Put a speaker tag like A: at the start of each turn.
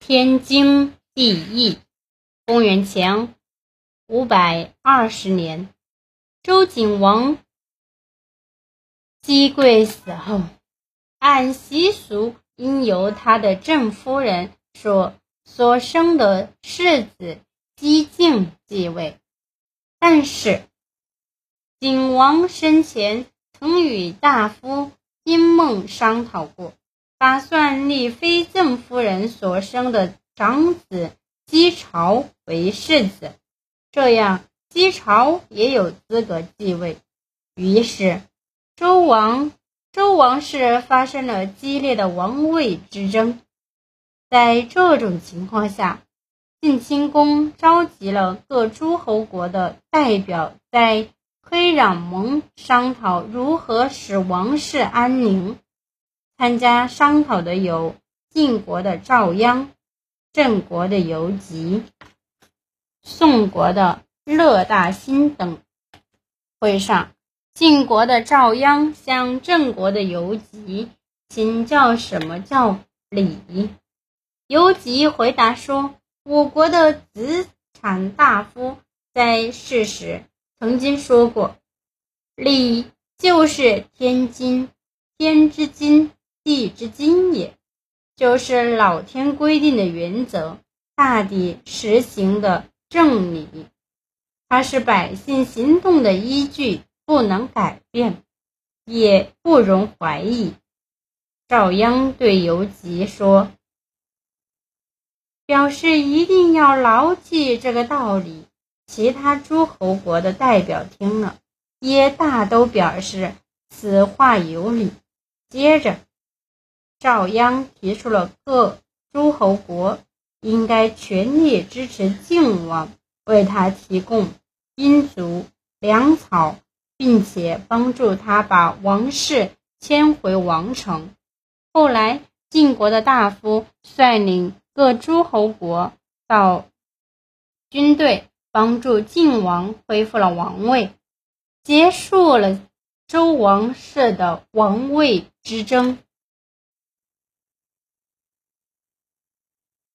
A: 天经地义。公元前520年，周景王姬贵死后，按习俗应由他的正夫人所生的世子姬敬继位。但是景王生前曾与大夫殷孟商讨过，打算立非正夫人所生的长子姬朝为世子，这样姬朝也有资格继位。于是周王室发生了激烈的王位之争。在这种情况下，晋清公召集了各诸侯国的代表，在推壤盟商讨如何使王室安宁。参加商讨的有晋国的赵鞅、郑国的游吉、宋国的乐大兴等。会上，晋国的赵鞅向郑国的游吉请教什么叫礼。游吉回答说，我国的子产大夫在世时曾经说过，礼就是天经，天之经，地之经也，就是老天规定的原则，大抵实行的正理，它是百姓行动的依据，不能改变，也不容怀疑。赵鞅对游吉说，表示一定要牢记这个道理。其他诸侯国的代表听了，也大都表示此话有理。接着赵鞅提出了各诸侯国应该全力支持晋王，为他提供兵卒、粮草，并且帮助他把王室迁回王城。后来晋国的大夫率领各诸侯国到军队，帮助晋王恢复了王位，结束了周王室的王位之争。